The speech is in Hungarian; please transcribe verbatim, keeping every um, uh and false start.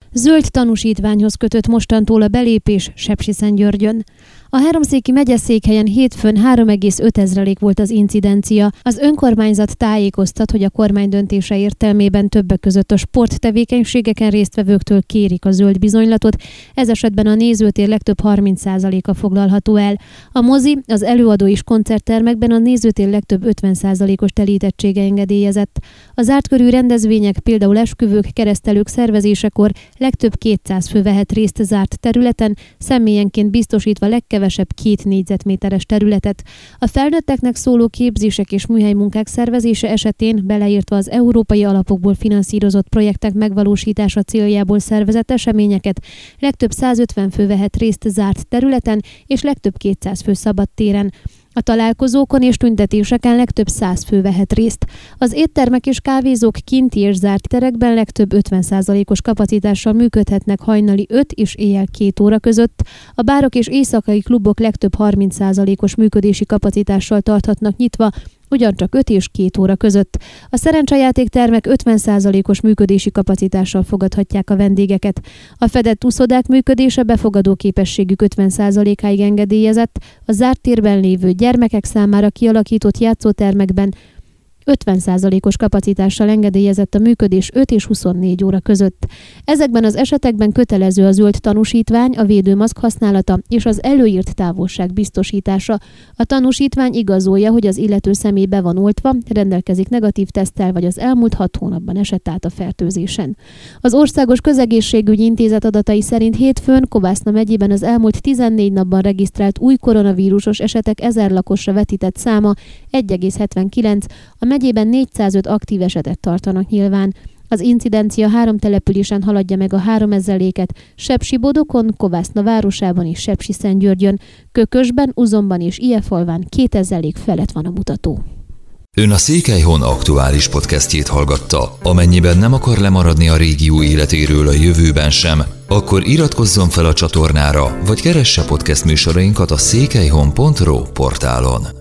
Zöld tanúsítványhoz kötött mostantól a belépés Sepsiszentgyörgyön. A háromszéki megyeszékhelyen hétfőn három egész öt ezrelék volt az incidencia. Az önkormányzat tájékoztat, hogy a kormány döntése értelmében többek között a sporttevékenységeken résztvevőktől kérik a zöld bizonylatot, ez esetben a nézőtér legtöbb harminc százaléka foglalható el. A mozi, az előadó és koncerttermekben a nézőtér legtöbb ötven százalékos telítettsége engedélyezett. A zártkörű rendezvények, például esküvők, keresztelők szervezésekor legtöbb kétszáz fő vehet részt zárt területen, személyenként biztosítva legkevesebb két négyzetméteres területet. A felnőtteknek szóló képzések és műhelymunkák szervezése esetén, beleértva az európai alapokból finanszírozott projektek megvalósítása céljából szervezett eseményeket, legtöbb százötven fő vehet részt zárt területen és legtöbb kétszáz fő szabad téren. A találkozókon és tüntetéseken legtöbb száz fő vehet részt. Az éttermek és kávézók kinti és zárt terekben legtöbb ötven százalékos kapacitással működhetnek hajnali öt és éjjel két óra között. A bárok és éjszakai klubok legtöbb harminc százalékos működési kapacitással tarthatnak nyitva, ugyancsak öt és két óra között. A szerencsejátéktermek ötven százalékos működési kapacitással fogadhatják a vendégeket. A fedett úszodák működése befogadó képességük ötven százalékáig engedélyezett, a zárt térben lévő gyermekek számára kialakított játszótermekben ötven százalékos kapacitással engedélyezett a működés öt és huszonnégy óra között. Ezekben az esetekben kötelező a zöld tanúsítvány, a védőmaszk használata és az előírt távolság biztosítása. A tanúsítvány igazolja, hogy az illető személy be van oltva, rendelkezik negatív teszttel, vagy az elmúlt hat hónapban esett át a fertőzésen. Az Országos Közegészségügyi Intézet adatai szerint hétfőn Kovászna megyében az elmúlt tizennégy napban regisztrált új koronavírusos esetek ezer lakosra vetített száma egy egész hetvenkilenc, a megyében négyszázöt aktív esetet tartanak nyilván. Az incidencia három településen haladja meg a három ezreléket, Sepsi-Bodokon, Kovászna városában és Sepsiszentgyörgyön, Kökösben, Uzomban és Ilyenfalván két ezrelék felett van a mutató. Ön a Székelyhon aktuális podcastjét hallgatta. Amennyiben nem akar lemaradni a régió életéről a jövőben sem, akkor iratkozzon fel a csatornára, vagy keresse podcast műsorainkat a székelyhon pont ro portálon.